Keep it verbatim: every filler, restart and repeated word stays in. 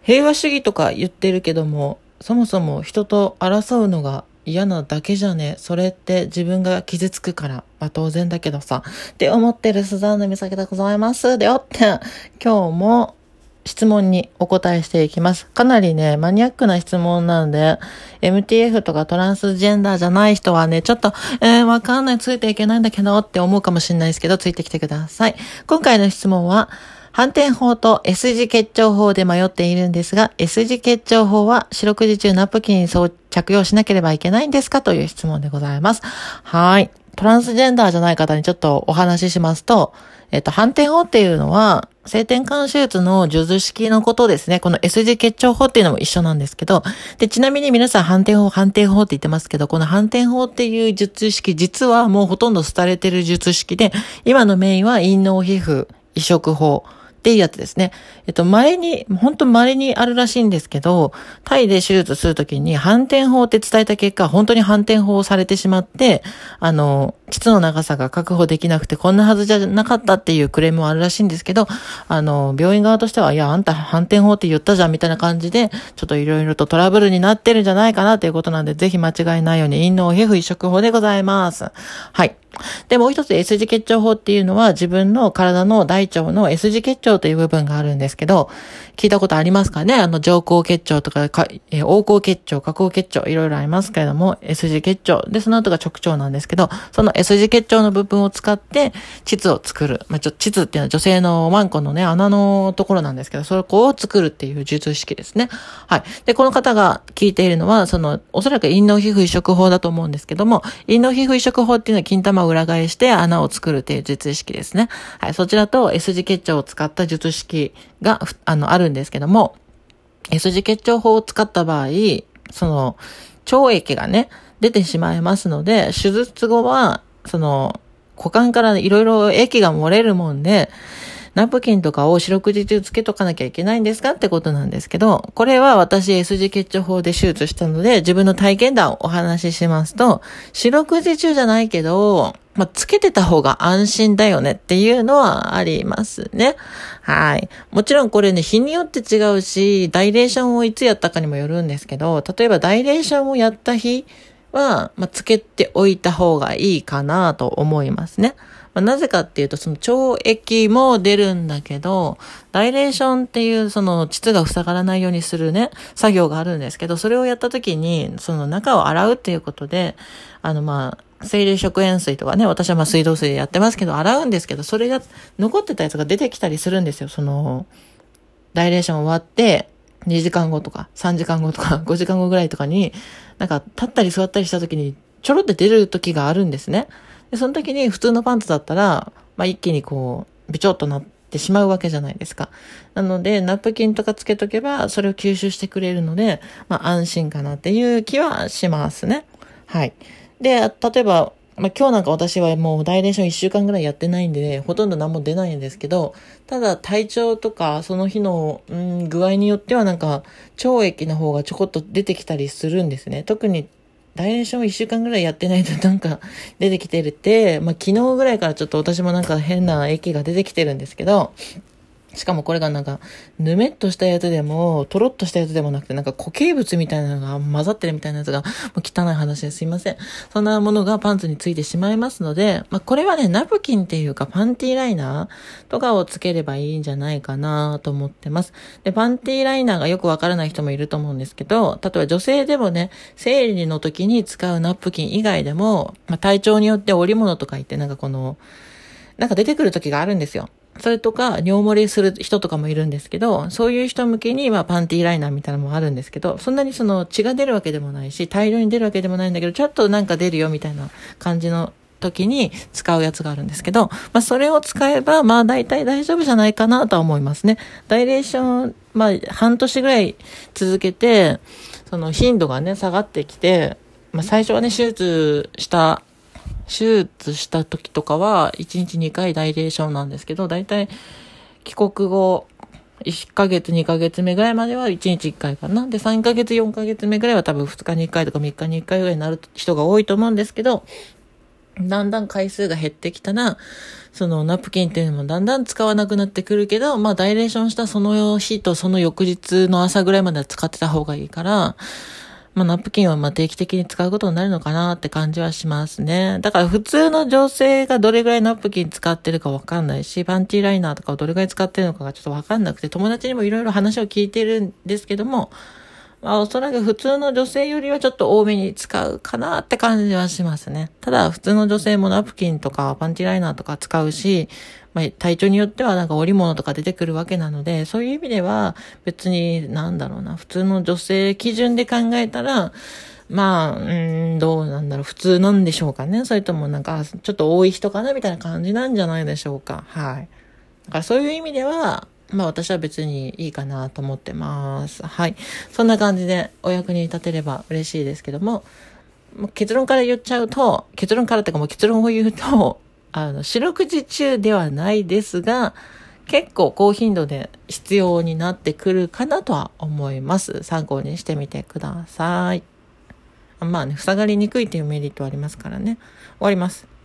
平和主義とか言ってるけども、そもそも人と争うのが嫌なだけじゃね。それって自分が傷つくから。まあ当然だけどさ。って思ってるスザンヌ美咲でございます。でよって、今日も質問にお答えしていきます。かなりね、マニアックな質問なんで、エムティーエフ とかトランスジェンダーじゃない人はね、ちょっと、えー、わかんない、ついていけないんだけどって思うかもしれないですけど、ついてきてください。今回の質問は、反転法と S 字結腸法で迷っているんですが、S 字結腸法は四六時中ナプキンを着用しなければいけないんですかという質問でございます。はい。トランスジェンダーじゃない方にちょっとお話ししますと、えっと、反転法っていうのは、性転換手術の術式のことですね。この S 字結腸法っていうのも一緒なんですけど、で、ちなみに皆さん反転法、反転法って言ってますけど、この反転法っていう術式、実はもうほとんど廃れてる術式で、今のメインは陰嚢皮膚移植法。っていうやつですね。えっと、稀に、本当稀にあるらしいんですけど、タイで手術するときに反転法って伝えた結果、本当に反転法をされてしまって、あの、膣の長さが確保できなくて、こんなはずじゃなかったっていうクレームもあるらしいんですけど、あの、病院側としては、いや、あんた反転法って言ったじゃんみたいな感じで、ちょっといろいろとトラブルになってるんじゃないかなということなんで、ぜひ間違いないように、陰嚢皮膚移植法でございます。はい。で、もう一つ S 字結腸法っていうのは自分の体の大腸の S 字結腸という部分があるんですけど、聞いたことありますかね？あの上行結腸とか、かえー、横行結腸、下行結腸、いろいろありますけれども、S 字結腸。で、その後が直腸なんですけど、その S 字結腸の部分を使って、膣を作る。まあ、ちょ、膣っていうのは女性のワンコのね、穴のところなんですけど、そこを作るっていう術式ですね。はい。で、この方が聞いているのは、その、おそらく陰嚢皮膚移植法だと思うんですけども、陰嚢皮膚移植法っていうのは金玉を裏返して穴を作るっていう術式ですね。はい。そちらと S 字結腸を使った術式が、あの、あるんですけども、S 字結腸法を使った場合、その、腸液がね、出てしまいますので、手術後は、その、股間からいろいろ液が漏れるもんで、ナプキンとかを四六時中つけとかなきゃいけないんですかってことなんですけど、これは私 S 字結腸法で手術したので、自分の体験談をお話ししますと、四六時中じゃないけど、まあ、つけてた方が安心だよねっていうのはありますね。はい。もちろんこれね、日によって違うし、ダイレーションをいつやったかにもよるんですけど、例えばダイレーションをやった日は、まあ、つけておいた方がいいかなと思いますね。まあ、なぜかっていうと、その腸液も出るんだけど、ダイレーションっていうその膣が塞がらないようにするね、作業があるんですけど、それをやった時に、その中を洗うっていうことで、あのまあ、生理食塩水とかね、私はまあ水道水でやってますけど、洗うんですけど、それが残ってたやつが出てきたりするんですよ。その、ダイレーション終わって、にじかんごとか、さんじかんごとか、ごじかんごぐらいとかに、なんか立ったり座ったりした時に、ちょろって出る時があるんですね。で、その時に普通のパンツだったら、まあ、一気にこう、びちょっとなってしまうわけじゃないですか。なので、ナプキンとかつけとけば、それを吸収してくれるので、まあ、安心かなっていう気はしますね。はい。で、例えば、まあ、今日なんか私はもうダイレーションいっしゅうかんぐらいやってないんで、ほとんど何も出ないんですけど、ただ体調とかその日の、うん、具合によってはなんか腸液の方がちょこっと出てきたりするんですね。特にダイレーションいっしゅうかんぐらいやってないとなんか出てきてるって、まあ、昨日ぐらいからちょっと私もなんか変な液が出てきてるんですけど、しかもこれがなんか、ぬめっとしたやつでも、とろっとしたやつでもなくて、なんか固形物みたいなのが混ざってるみたいなやつが、もう汚い話ですいません。そんなものがパンツについてしまいますので、まあこれはね、ナプキンっていうかパンティーライナーとかをつければいいんじゃないかなと思ってます。で、パンティーライナーがよくわからない人もいると思うんですけど、例えば女性でもね、生理の時に使うナプキン以外でも、まあ体調によって織物とか言ってなんかこの、なんか出てくる時があるんですよ。それとか、尿漏れする人とかもいるんですけど、そういう人向けに、まあ、パンティーライナーみたいなのもあるんですけど、そんなにその血が出るわけでもないし、大量に出るわけでもないんだけど、ちょっとなんか出るよみたいな感じの時に使うやつがあるんですけど、まあ、それを使えば、まあ、大体大丈夫じゃないかなとは思いますね。ダイレーション、まあ、半年ぐらい続けて、その頻度がね、下がってきて、まあ、最初はね、手術した、手術した時とかはいちにちにかいダイレーションなんですけど、だいたい帰国後いっかげつにかげつめぐらいまではいちにちいっかいかな。でさんかげつよんかげつめぐらいは多分ふつかにいっかいとかみっかにいっかいぐらいになる人が多いと思うんですけど、 だんだん回数が減ってきたら、そのナプキンっていうのもだんだん使わなくなってくるけど、まあダイレーションしたその日とその翌日の朝ぐらいまでは使ってた方がいいから、まあナプキンはまあ定期的に使うことになるのかなって感じはしますね。だから普通の女性がどれぐらいナプキン使ってるかわかんないし、パンティーライナーとかをどれぐらい使ってるのかがちょっとわかんなくて、友達にもいろいろ話を聞いてるんですけども、まあおそらく普通の女性よりはちょっと多めに使うかなって感じはしますね。ただ普通の女性もナプキンとかパンティーライナーとか使うし、まあ体調によってはなんか織物とか出てくるわけなので、そういう意味では別になんだろうな、普通の女性基準で考えたら、まあ、うーん、どうなんだろう、普通なんでしょうかね。それともなんかちょっと多い人かなみたいな感じなんじゃないでしょうか。はい。だからそういう意味では、まあ私は別にいいかなと思ってます。はい。そんな感じでお役に立てれば嬉しいですけども、結論から言っちゃうと、結論からってかもう結論を言うと、あの、四六時中ではないですが、結構高頻度で必要になってくるかなとは思います。参考にしてみてください。まあね、塞がりにくいっていうメリットはありますからね。終わります。